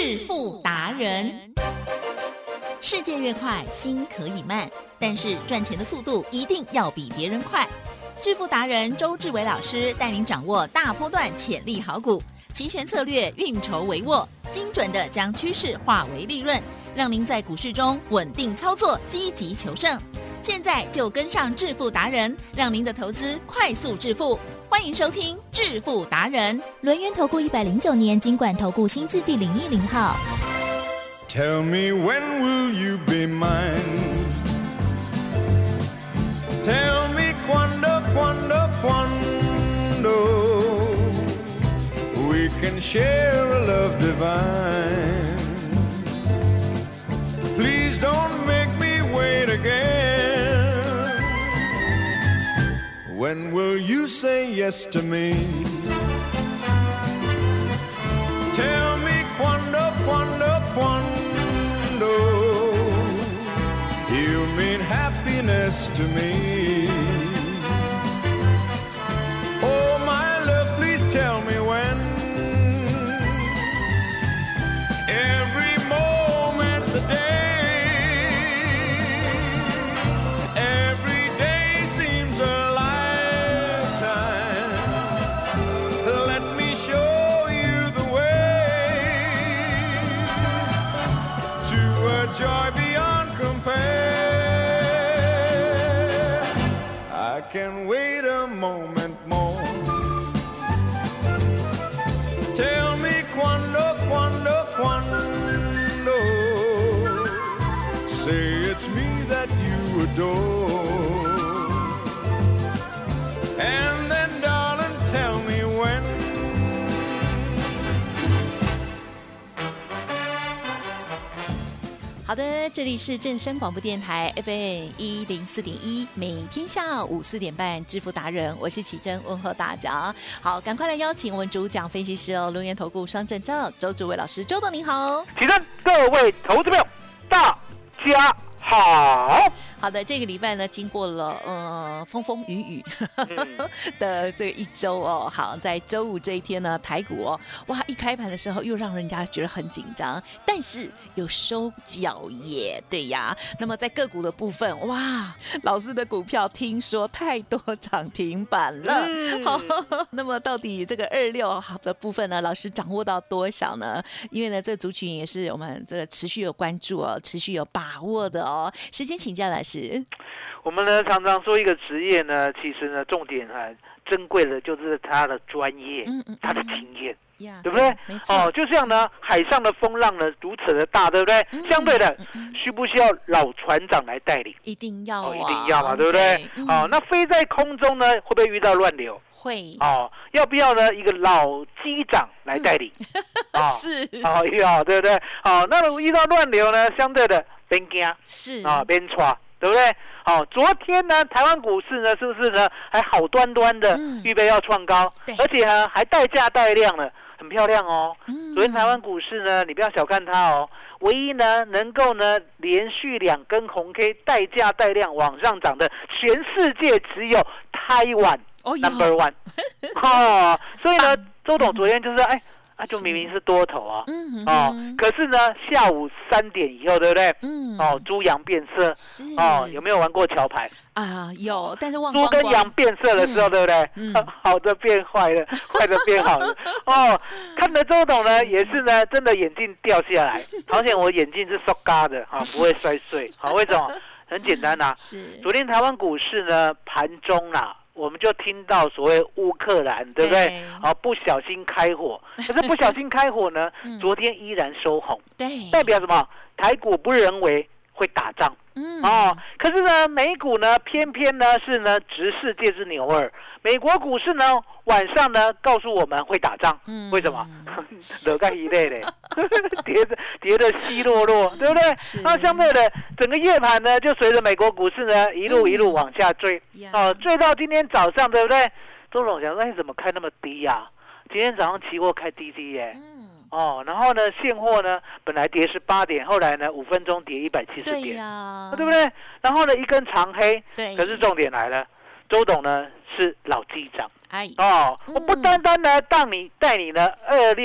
致富达人。世界越快，心可以慢，但是赚钱的速度一定要比别人快。致富达人周志伟老师带您掌握大波段潜力好股，期权策略运筹帷幄，精准的将趋势化为利润，让您在股市中稳定操作，积极求胜。现在就跟上致富达人，让您的投资快速致富。欢迎收听致富达人。 轮源投顾109年金管投顾新字第010号。 Tell me when will you be mine? Tell me quando, quando, quando we can share a love divine. Please don't make me wait again. When will you say yes to me? Tell me quando, quando, quando you mean happiness to me. Oh, my love, please tell me when. Every moment's a day.Every day seems a lifetime. Let me show you the way to a joy beyond compare. I can wait a moment more. Tell me quando, quando, quando. Say it's me that you adore. And then, darling, tell me when. 好的，这里是正声广播电台 FM 104.1，每天下午4点半，致富达人，我是启真，问候大家。好，赶快来邀请我们主讲分析师哦，轮源投顾双证照周志伟老师，周董您好。 启真，各位投资朋友，大家好。 好的，这个礼拜呢，经过了风风雨雨的这一周哦。好，在周五这一天呢，台股哦，哇，一开盘的时候又让人家觉得很紧张，但是有收脚耶，对呀。那么在个股的部分，哇，老师的股票听说太多涨停板了。好，那么到底这个26号的部分呢，老师掌握到多少呢？因为呢，这个族群也是我们这个持续有关注哦，持续有把握的哦。时间请教老师。 我们呢常常说一个职业呢，其实呢重点珍贵的就是他的专业，他的经验，对不对？哦，就像呢海上的风浪呢如此的大，对不对？相对的，需不需要老船长来带领？ 一定要啊， 一定要嘛，对不对？哦，那飞在空中呢，会不会遇到乱流？ 会。 哦，要不要呢一个老机长来带领？ 是。 哦，要，对不对？哦，那遇到乱流呢，相对的边惊是啊边闯。对不对？好，昨天呢，台湾股市呢，是不是呢，还好端端的预备要创高，而且呢，还带价带量了，很漂亮哦。昨天台湾股市呢，你不要小看它哦，唯一呢能够呢连续2根红 K 带价带量往上涨的，全世界只有台湾 Number One。哦，所以呢，周董昨天就是就明明是多头啊，可是呢，下午3点以后，对不对？猪羊变色，有没有玩过桥牌啊？有，但是忘光光。猪跟羊变色的时候，对不对？好的变坏了，坏的变好了。哦，看着周董呢，也是呢，真的眼镜掉下来。好险我眼镜是塑胶的，不会摔碎。好，为什么？很简单啊，昨天台湾股市呢，盘中啦。我们就听到所谓乌克兰，对不对？不小心开火，可是不小心开火呢，昨天依然收红， 对， 代表什么？台股不认为会打仗，可是呢，美股呢，偏偏呢是呢值世界之牛耳。美国股市呢，晚上呢告诉我们会打仗，为什么？惹干一类嘞，跌得稀落落，对不对？那相对的，整个夜盘呢，就随着美国股市呢一路往下坠，坠到今天早上，对不对？周董想说，怎么开那么低呀？今天早上期货开低耶。然后呢，现货呢本来跌18点，后来呢5分钟跌170点，对不对？然后呢一根长黑，可是重点来了，周董呢是老机长，我不单单呢带你呢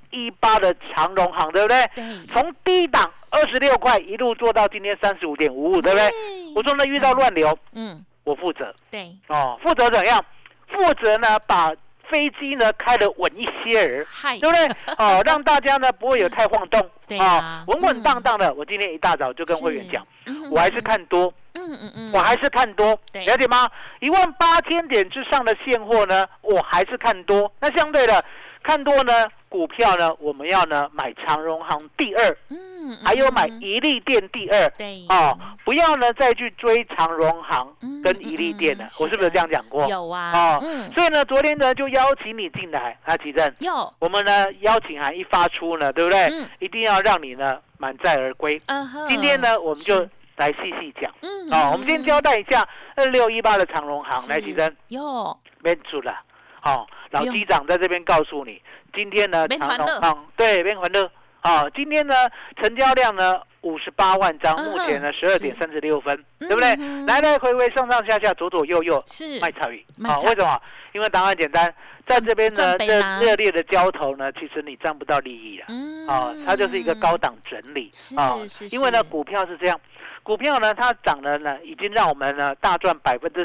618的长荣航，对不对？ 对， 从低档26块一路做到今天35.55，对不对？我说呢，遇到乱流，我负责。 对， 负责怎样？负责呢，把飞机呢开得稳一些儿，对不对？让大家呢不会有太晃动，稳稳当当的。我今天一大早就跟会员讲，我还是看多，我还是看多，了解吗？18000点之上的现货呢，我还是看多。那相对的看多呢，股票呢，我们要呢买长荣航第二，还有买怡利电第二， 对， 不要呢再去追长荣航跟怡利电了。我是不是这样讲过？ 有啊， 所以呢，昨天呢就邀请你进来啊，启正， 有， 我们呢邀请函一发出呢，对不对？一定要让你呢满载而归。今天呢，我们就来细细讲。我们先交代一下2618的长荣航，来，启正， 有， 没住了。老机长在这边告诉你，今天呢长荣航对变欢乐。今天呢成交量呢58万张，目前呢12:36分，对不对？来来回回上上下下左左右右是卖参与。为什么？因为答案简单，在这边呢这热烈的交投呢，其实你赚不到利益了。它就是一个高档整理。因为呢股票是这样。股票呢，它涨了呢，已经让我们呢大赚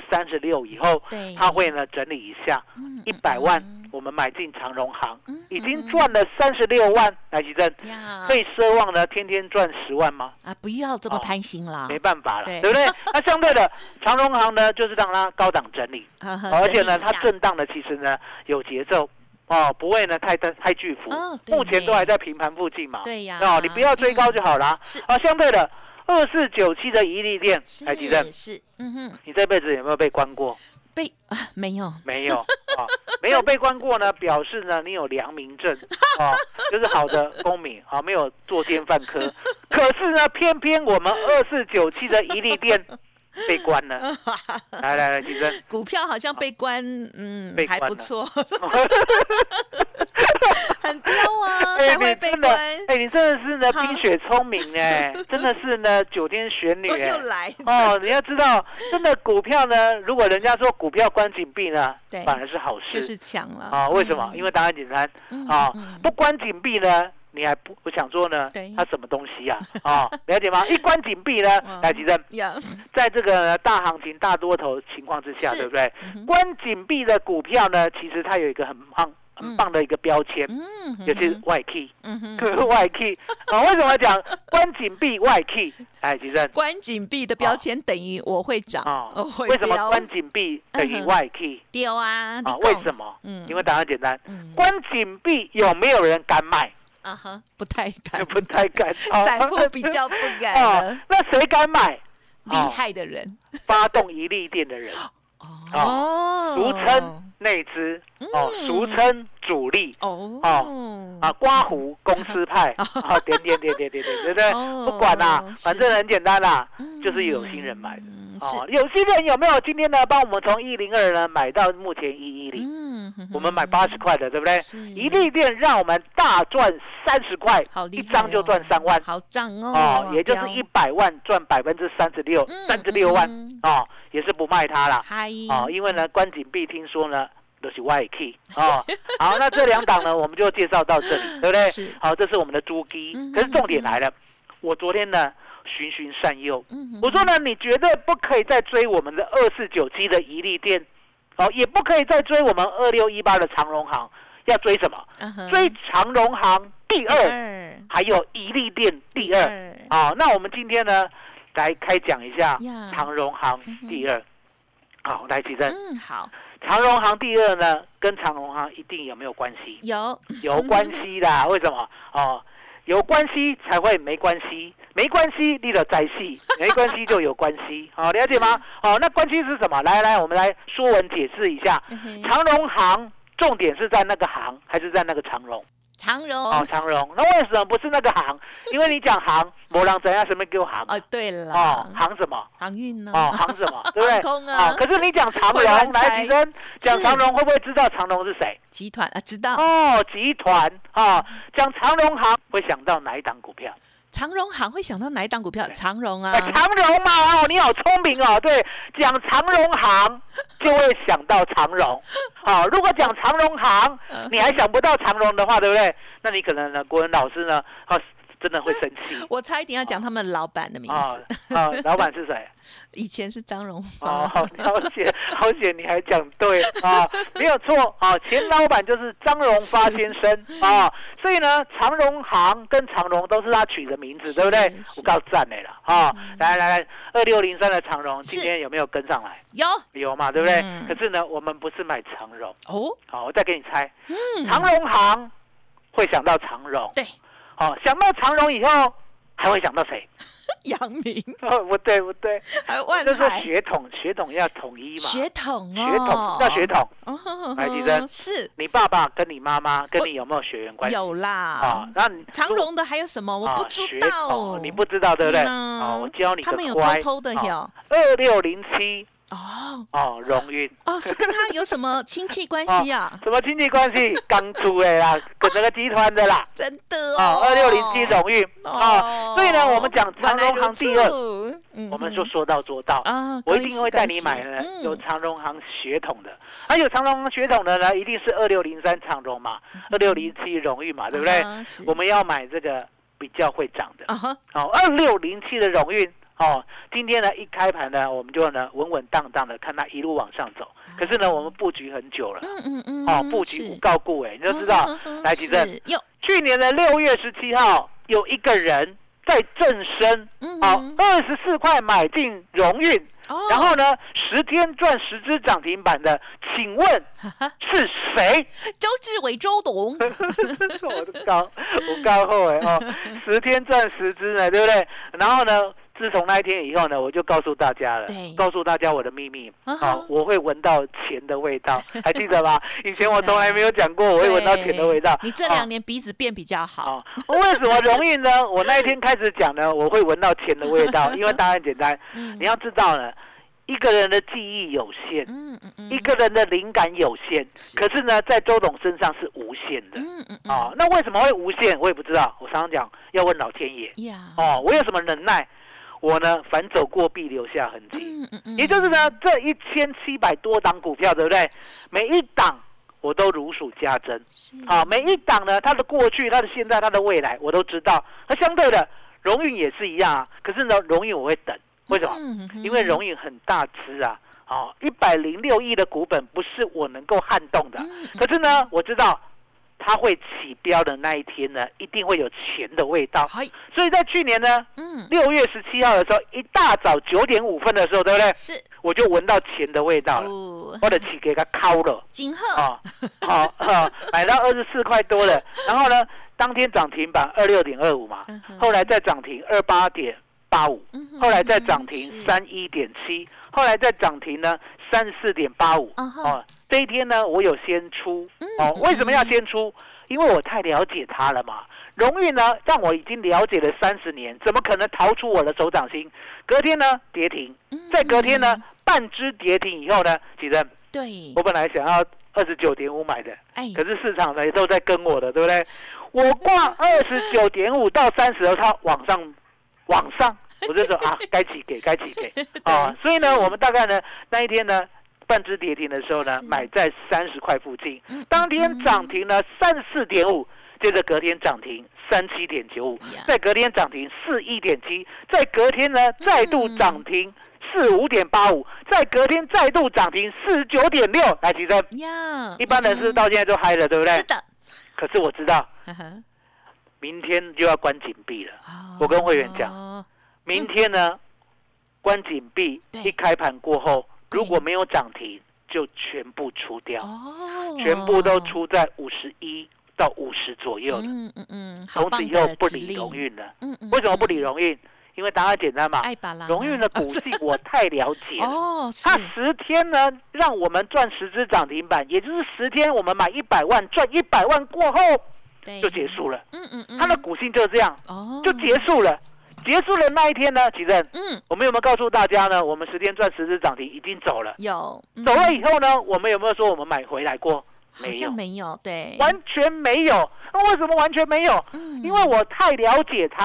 36%以后，它会呢整理一下，100万我们买进长荣航，已经赚了36万，来，启正，可以奢望呢天天赚10万吗？ 不要这么贪心啦， 没办法了，对不对？那相对的长荣航呢，就是让它高档整理，而且呢它震荡的其实呢有节奏。不会呢太巨幅，目前都还在平盘附近嘛。对呀，你不要追高就好了。相对的2497的怡利电，来，启正，是，你这辈子有没有被关过？ 没有， 没有没有被关过呢，表示呢你有良民证就是好的公民没有作奸犯科。可是呢，偏偏我们2497的怡利电被关了。来，启正， 股票好像被关，还不错。很刁啊，才会被关。 你真的是呢冰雪聪明真的是呢9天玄女又来你要知道，真的股票呢，如果人家说股票关紧闭呢，反而是好事， 就是强了为什么？因为答案简单不关紧闭呢，你还不想说呢？它什么东西啊？了解吗？一关紧闭呢，来，启正，在这个大行情、大多头情况之下，对不对？关紧闭的股票呢，其实它有一个很棒的一个标签，就是外 key，外 key 为什么讲关紧闭外 key？ 来，启正， 关紧闭的标签等于我会涨， 为什么关紧闭等于外 key？ 丢啊！ 为什么？因为答案简单，关紧闭有没有人敢买？ 不太敢， 不太敢， 散户比较不敢了。 那谁敢买？ 厉害的人， 发动怡利电的人，俗称内资，俗称主力，刮胡公司派，点，对不对？不管啦，反正很简单啦，就是有心人买的。有心人有没有今天呢帮我们从102呢买到目前110？我们买80块的，对不对？怡利电让我们大赚30块，一张就赚3万， 好涨也就是100万赚36%，36万也是不卖它啦。因为呢关紧闭听说呢都是外 key 好，那这2档呢我们就介绍到这里，对不对？好，这是我们的猪鸡。可是重点来了，我昨天呢循循善诱，我说呢你绝对不可以再追我们的2497的怡利电，也不可以再追我们2618的长荣航，要追什么？追长荣航第二，还有怡利电第二。那我们今天呢来开讲一下长荣航第二。好，来，启正， 好， 长荣航第二呢跟长荣航一定有没有关系？有关系啦。为什么？有关系才会没关系，没关系你就在戏，没关系就有关系，了解吗？那关系是什么？来，我们来说文解释一下。长荣航重点是在那个航，还是在那个长荣？ 长荣长荣。那为什么不是那个航？因为你讲航，没人知道什么叫航。 对了。 航什么？ 航运呢？ 航什么？对不对？ 航空啊。 可是你讲长荣，来，启正讲长荣，会不会知道长荣是谁？ 集团知道。 集团讲长荣航会想到哪一档股票？ 长荣行会想到哪一档股票？长荣啊， 长荣嘛，哦，你好聪明哦。对，讲长荣行就会想到长荣。好，如果讲长荣行，你还想不到长荣的话，对不对？那你可能呢，国文老师呢，真的会生气。 我差一点要讲他们老板的名字。 老板是谁？ 以前是张荣发。了解，好险你还讲对啊，没有错啊，前老板就是张荣发先生啊，所以呢，长荣行跟长荣都是他取的名字，对不对？我告赞你了啊！来，2603的长荣今天有没有跟上来？有嘛，对不对？可是呢，我们不是买长荣哦。好，我再给你猜，长荣行会想到长荣，对。想到长荣以后，还会想到谁？ 阳明。 不对， 还有万海。就是血统要统一嘛。 血统叫血统。来，吉珍， 是你爸爸跟你妈妈跟你有没有血缘关系？ 有啦。 那长荣的还有什么？我不知道。 你不知道对不对？我教你个乖。 他们有偷偷的有。 2607。荣运是跟他有什么亲戚关系啊？ 什么亲戚关系？刚出的啦，跟那个集团的啦。 真的 2607荣运所以呢，我们讲长荣行第二，我们说到做到我一定会带你买呢，有长荣行血统的，有长荣行血统的呢，一定是2603长荣嘛，2607荣运嘛，对不对？我们要买这个比较会涨的，2607的荣运。今天呢一开盘呢，我们就呢稳稳当当的看它一路往上走。可是呢，我们布局很久了，布局无告故你就知道。来，吉正，去年的6月17号，有一个人在正身，24块买进荣运，然后呢10天赚10只涨停板的，请问是谁？ 周志伟周董。 我高后10天赚10只呢，对不对？然后呢？自从那一天以后呢，我就告诉大家了，告诉大家我的秘密。我会闻到钱的味道，还记得吗？以前我从来没有讲过我会闻到钱的味道。 你这2年鼻子变比较好。 为什么荣运呢？我那一天开始讲呢，我会闻到钱的味道，因为答案简单。你要知道呢，一个人的记忆有限，一个人的灵感有限，可是呢，在周董身上是无限的。那为什么会无限？我也不知道。我常常讲要问老天爷。我有什么能耐？我呢，凡走过必留下痕迹。也就是呢，这1700多档股票，对不对？每一档我都如数家珍。每一档呢，它的过去、它的现在、它的未来，我都知道。那相对的，荣运也是一样啊。可是呢，荣运我会等，为什么？因为荣运很大只啊。106亿的股本不是我能够撼动的。可是呢，我知道。它会起标的那一天呢，一定会有钱的味道。所以在去年呢，6月17号的时候，一大早9点5分的时候，对不对？是，我就闻到钱的味道了，我的起给它敲了。金鹤买到24块多了，然后呢，当天涨停板26.25嘛，后来再涨停28.85，后来再涨停31.7，后来再涨停呢34.85。这一天呢，我有先出为什么要先出？因为我太了解它了嘛。荣运呢，让我已经了解了30年，怎么可能逃出我的手掌心？隔天呢，跌停，再隔天呢，半只跌停以后呢，其实对，我本来想要29.5买的，可是市场呢都在跟我的，对不对？我挂29.5到30，它往上，我就说该起给所以呢，我们大概呢那一天呢。半只跌停的时候呢，买在30块附近。当天涨停呢34.5，接着隔天涨停37.95，再隔天涨停41.7，再隔天呢再度涨停45.85，再隔天再度涨停49.6。来，其实一般人是到现在都嗨了，对不对？是的。可是我知道，明天就要关紧闭了。我跟会员讲，明天呢关紧闭，一开盘过后。如果没有涨停，就全部出掉，全部都出在51到50左右了。从此以后不理荣运了。为什么不理荣运？因为答案简单嘛。荣运的股性我太了解了。它10天呢，让我们赚10只涨停板，也就是10天我们买100万赚100万过后就结束了。它的股性就是这样，就结束了。结束了那一天呢，其实我们有没有告诉大家呢？我们10天赚10只涨停已经走了。有，走了以后呢，我们有没有说我们买回来过？ 好像没有，对， 完全没有。那为什么完全没有？因为我太了解它了。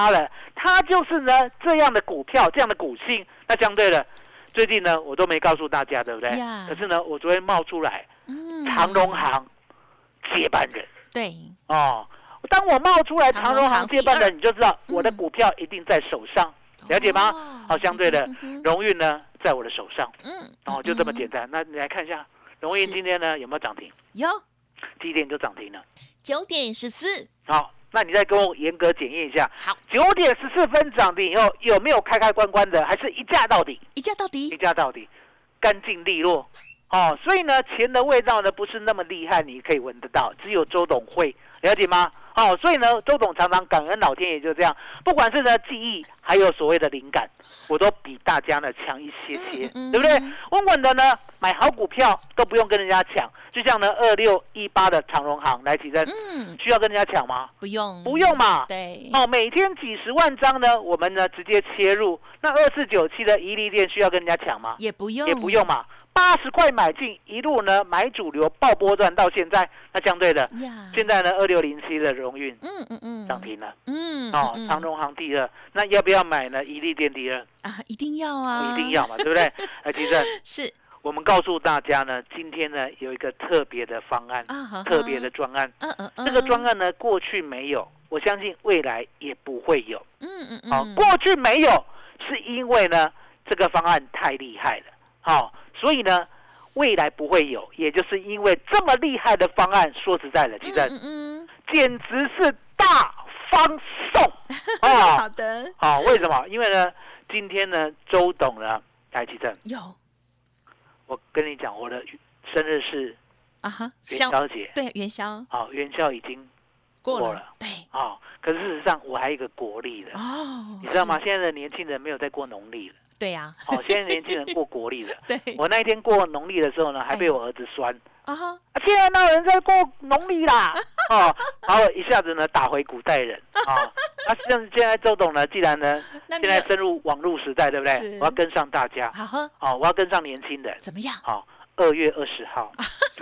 它就是呢这样的股票，这样的股性。那相对的，最近呢我都没告诉大家，对不对？可是呢，我昨天冒出来，长荣航接班人。 对。 哦，当我冒出来长荣航接班人，你就知道我的股票一定在手上，了解吗？好，相对的，荣运呢在我的手上。哦，就这么简单。那你来看一下，荣运今天呢有没有涨停？ 有。 几点就涨停了 ？9点14。 好，那你再跟我严格检验一下。 好 ，9点14分涨停以后有没有开关关的，还是一价到底？ 一价到底， 一价到底，干净利落。哦，所以呢，钱的味道呢不是那么厉害，你可以闻得到，只有周董会，了解吗？哦，所以呢，周董常常感恩老天爷，就这样，不管是呢记忆，还有所谓的灵感，我都比大家呢强一些，对不对？稳稳的呢，买好股票都不用跟人家抢，就像呢2618的长荣航来提升，需要跟人家抢吗？ 不用， 不用嘛。 对， 哦，每天几十万张呢，我们呢直接切入。那2497的怡利电需要跟人家抢吗？ 也不用， 也不用嘛。80块买进，一路呢买主流爆波段到现在，那相对的，现在呢2607的荣运，涨停了，哦，长荣航第二，那要不要买呢？怡利电第二啊，一定要啊， 一定要嘛，对不对？其实是我们告诉大家呢，今天呢有一个特别的方案，特别的专案，这个专案呢过去没有，我相信未来也不会有，好，过去没有是因为呢这个方案太厉害了，好。所以呢，未来不会有，也就是因为这么厉害的方案，说实在的，其实简直是大方送哦。好的， 好，为什么？因为呢，今天呢，周董呢，来其正有， 我跟你讲，我的生日是元宵节， 对，元宵， 好，元宵已经过了， 对， 哦，可是事实上我还有一个国历的哦，你知道吗？现在的年轻人没有在过农历了。 对呀， 哦，现在年轻人过国历了。 对， 我那一天过农历的时候呢，还被我儿子酸。 现在哪有人在过农历啦？哦，然后一下子呢打回古代人啊。那现在周董呢，既然呢现在深入网络时代，对不对？我要跟上大家。好，我要跟上年轻人。 怎么样？ 好，2月20号。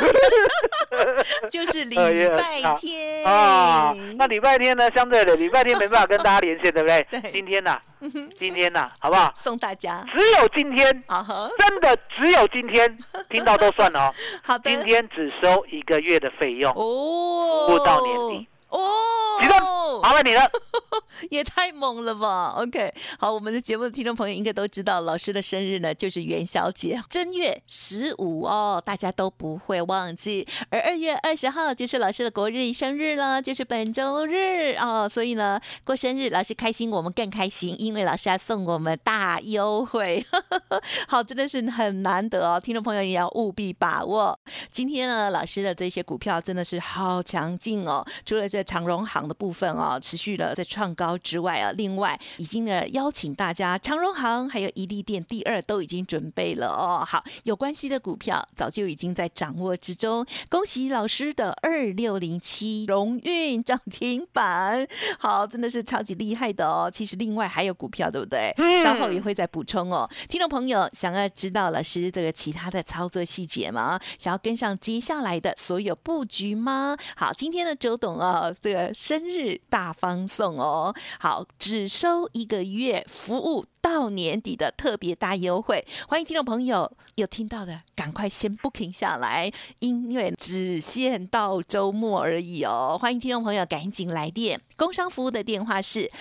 就是礼拜天啊。那礼拜天呢，相对的礼拜天没办法跟大家连线，对不对？ 对。 今天呐，好不好？ 送大家， 只有今天，真的只有今天，听到都算了哦。 好的， 今天只收1个月的费用哦，不到年底哦。 启正，麻烦你了。 也太猛了吧 ！OK， 好，我们的节目的听众朋友应该都知道，老师的生日呢就是元宵节，正月15哦，大家都不会忘记。而2月20号就是老师的国日生日了，就是本周日哦，所以呢，过生日老师开心，我们更开心，因为老师要送我们大优惠。好，真的是很难得哦，听众朋友也要务必把握。今天呢，老师的这些股票真的是好强劲哦，除了这长荣航的部分哦，持续的在创高之外啊，另外已经呢邀请大家，长荣航还有怡利电第二都已经准备了哦。好，有关系的股票早就已经在掌握之中。恭喜老师的2607荣运涨停板，好，真的是超级厉害的哦。其实另外还有股票，对不对？稍后也会再补充哦。听众朋友想要知道老师这个其他的操作细节吗？想要跟上接下来的所有布局吗？好，今天的周董哦，这个生日大方送哦，好，只收1个月，服务到年底的特别大优惠，欢迎听众朋友有听到的赶快先 booking 下来，因为只限到周末而已哦。欢迎听众朋友赶紧来电，工商服务的电话是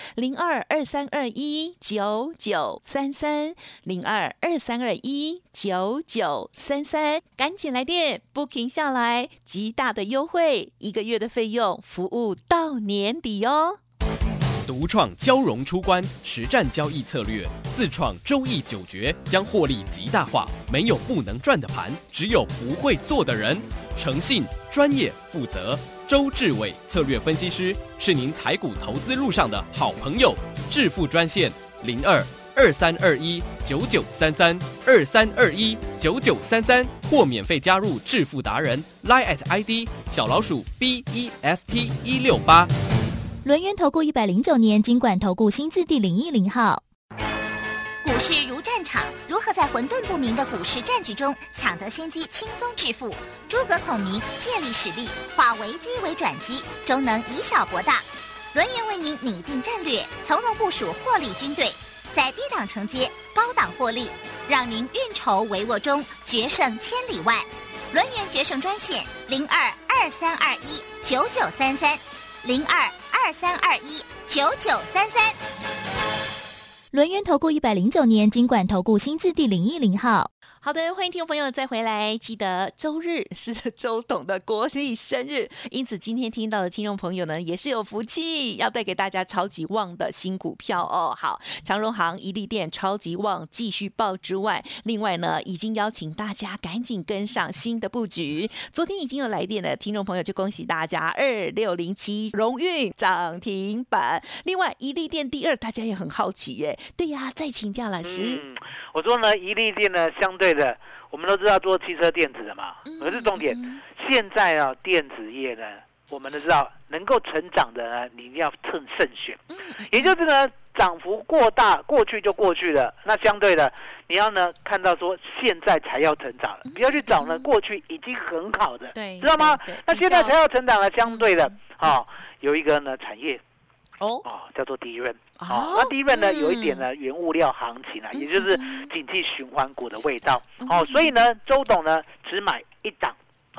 0223219933 0223219933，赶紧来电 booking 下来，极大的优惠，1个月的费用，服务到年底哦。 独创交融出关实战交易策略，自创周易9诀，将获利极大化。没有不能赚的盘，只有不会做的人。诚信、专业、负责，周志伟策略分析师是您台股投资路上的好朋友。致富专线0223219933 23219933，或免费加入致富达人 Line ID 小老鼠 BEST168。 轮源投顾109年金管投顾新字第010号。 股市如战场，如何在混沌不明的股市战局中抢得先机，轻松致富？诸葛孔明借力使力，化危机为转机，终能以小博大。 轮源为您拟定战略，从容部署获利军队，在低档承接，高档获利，让您运筹帷幄中决胜千里外。轮源决胜专线02-2321-9933，02-2321-9933。 轮源投顾109年金管投顾新字第010号。 好的，欢迎听众朋友再回来。记得周日是周董的国历生日，因此今天听到的听众朋友呢，也是有福气，要带给大家超级旺的新股票哦。好，长荣航、怡利电超级旺继续爆之外，另外呢，已经邀请大家赶紧跟上新的布局。昨天已经有来电的听众朋友，就恭喜大家2607荣运涨停板。另外，怡利电第二，大家也很好奇耶。对呀，再请教老师。 我说呢，怡利电呢，相对的，我们都知道做汽车电子的嘛，可是重点，现在啊，电子业呢，我们都知道能够成长的呢，你一定要慎选，也就是呢，涨幅过大，过去就过去了。那相对的，你要呢看到说现在才要成长了，不要去找呢过去已经很好的，知道吗？那现在才要成长了，相对的，有一个呢产业。叫做低润。那低润呢，有一点呢原物料行情啊，也就是景气循环股的味道。所以呢，周董呢只买一档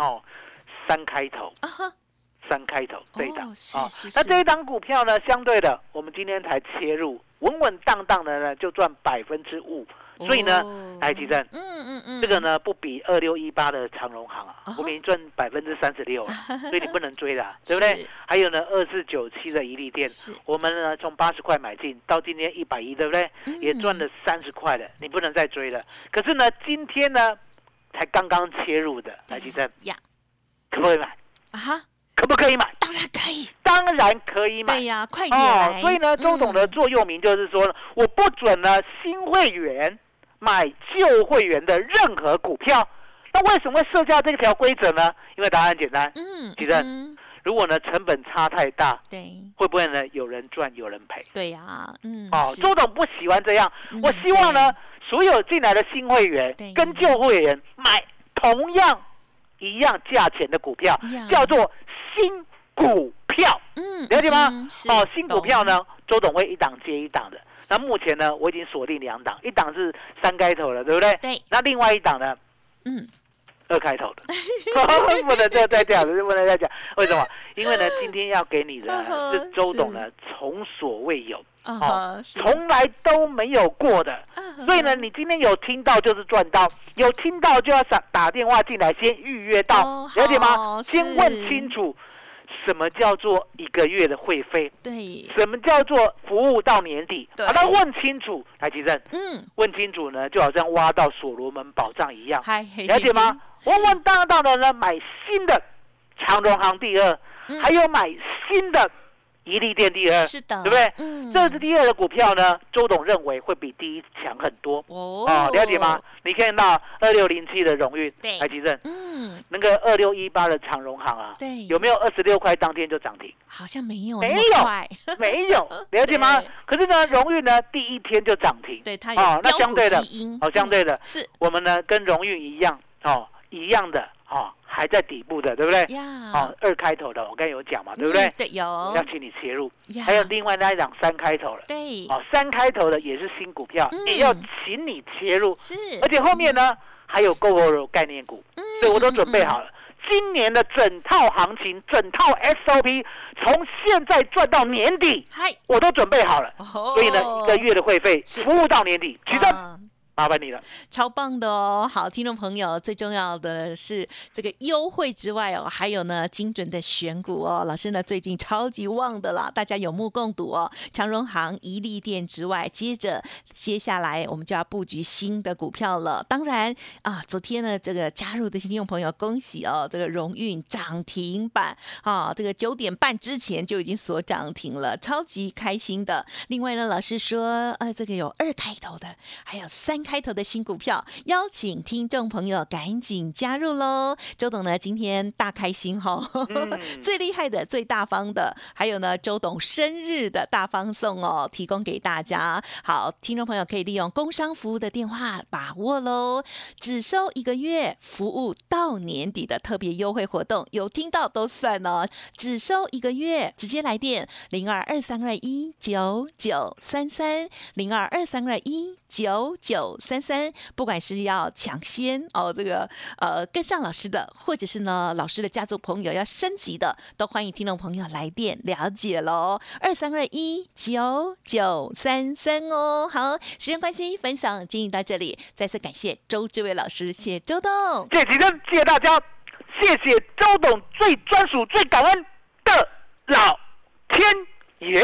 ，3开头，3开头这一档。那这一档股票呢，相对的，我们今天才切入，稳稳当当的呢就赚5%。所以呢，来吉正，这个呢不比2618的长荣航啊，我们已经赚36%了，所以你不能追了，对不对？还有呢，2497的怡利电，我们呢从80块买进到今天110，对不对？也赚了30块了，你不能再追了。可是呢，今天呢才刚刚切入的，来吉正，可不可以买？可不可以买？ 当然可以， 当然可以买。 对呀，快点来。 所以呢，周董的座右铭就是说，我不准呢新会员买旧会员的任何股票。那为什么会设下这条规则呢？因为答案很简单，其实如果呢成本差太大，对，会不会呢有人赚有人赔？ 对呀， 周董不喜欢这样，我希望呢所有进来的新会员跟旧会员买同样一样价钱的股票，叫做新股票，了解吗？新股票呢，周董会一档接一档的。那目前呢，我已经锁定2档，一档是3开头的，对不对？对。那另外一档呢，2开头的，不能再讲了，不能再讲。为什么？因为呢，今天要给你的是周董呢从所未有，从来都没有过的。所以呢，你今天有听到就是赚到，有听到就要打电话进来，先预约到，了解吗？先问清楚。什么叫做1个月的会费？对，什么叫做服务到年底？把它问清楚，来吉正。问清楚呢，就好像挖到所罗门宝藏一样，了解吗？稳稳当当的呢，买新的长荣航第二，还有买新的怡利电第二，是的，对不对？这是第二的股票呢，周董认为会比第一强很多。了解吗？你看到2607的荣运，来吉正。那个2618的长荣航啊，对，有没有26块当天就涨停？ 好像没有， 没有，了解吗？可是呢，荣运呢第一天就涨停， 对，它有那相对的，相对的， 是我们呢跟荣运一样，一样的，还在底部的，对不对？2开头的，我刚才有讲嘛，对不对？ 对，有要请你切入。还有另外那一档3开头的，对，3开头的也是新股票，也要请你切入。是，而且后面呢还有 GoGo 概念股，所以我都准备好了。今年的整套行情、整套 SOP， 从现在赚到年底，我都准备好了。所以呢，1个月的会费服务到年底，举证。麻烦你了， 超棒的哦！好，听众朋友，最重要的是这个优惠之外哦，还有呢精准的选股哦。老师呢最近超级旺的啦，大家有目共睹哦。长荣航、怡利电之外，接下来我们就要布局新的股票了。当然啊，昨天呢这个加入的听众朋友，恭喜哦，这个荣运涨停板啊，这个9点半之前就已经锁涨停了，超级开心的。另外呢，老师说这个有2开头的，还有3 开头的新股票，邀请听众朋友赶紧加入喽。周董呢今天大开心最厉害的最大方的，还有呢周董生日的大方送哦，提供给大家。好，听众朋友可以利用工商服务的电话把握喽，只收1个月，服务到年底的特别优惠活动，有听到都算哦，只收1个月，直接来电0223219933 0223219933，不管是要抢先这个跟上老师的，或者是呢老师的家族朋友要升级的，都欢迎听众朋友来电了解咯，23219933哦。好，时间关系，分享进行到这里，再次感谢周志伟老师，谢谢周董， 谢谢吉珍，谢谢大家，谢谢周董最专属、最感恩的老天爷。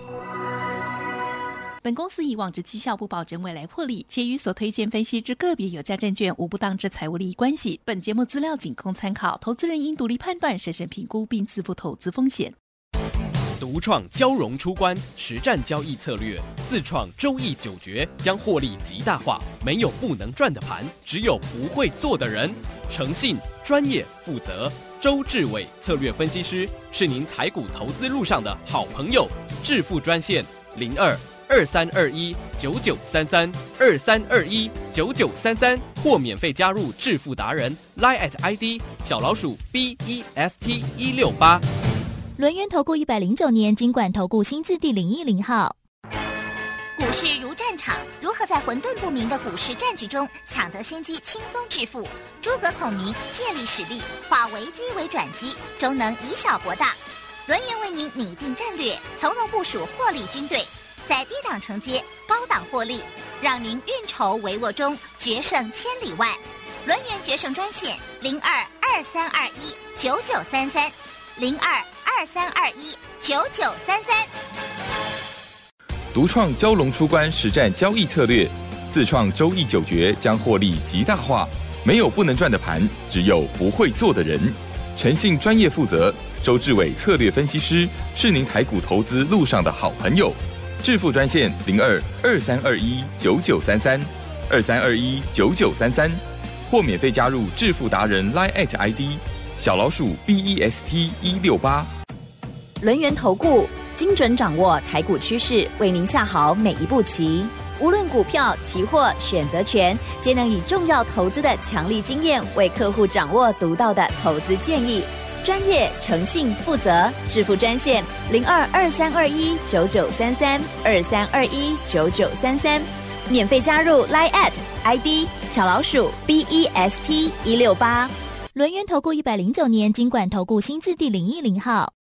本公司以往之绩效不保证未来获利，且与所推荐分析之个别有价证券无不当之财务利益关系。本节目资料仅供参考，投资人应独立判断、审慎评估并自负投资风险。 独创交融出关实战交易策略，自创周易9诀，将获利极大化。没有不能赚的盘，只有不会做的人。诚信、专业、负责。周志伟策略分析师是您台股投资路上的好朋友。致富专线02-2321-9933 或免费加入致富达人 Line ID 小老鼠 BEST168。 轮源投顾109年金管投顾新字第010号。 股市如战场，如何在混沌不明的股市战局中抢得先机，轻松致富？诸葛孔明借力使力，化危机为转机，终能以小博大。轮源为您拟定战略，从容部署获利军队，在低档承接，高档获利，让您运筹帷幄中决胜千里外。轮源决胜专线02-2321-9933 02-2321-9933。 独创蛟龙出关实战交易策略，自创周易9诀，将获利极大化。没有不能赚的盘，只有不会做的人。诚信、专业、负责。周志伟策略分析师是您台股投资路上的好朋友。致富专线02-2321-9933 2321-9933，或免费加入致富达人 Line ID 小老鼠 BEST168。 轮源投顾精准掌握台股趋势，为您下好每一步棋。无论股票、期货、选择权，皆能以重要投资的强力经验，为客户掌握独到的投资建议。专业、诚信、负责。致富专线02-2321-9933 2321-9933，免费加入 Line ID 小老鼠 BEST168。 轮源投顾109年金管投顾新字第010号。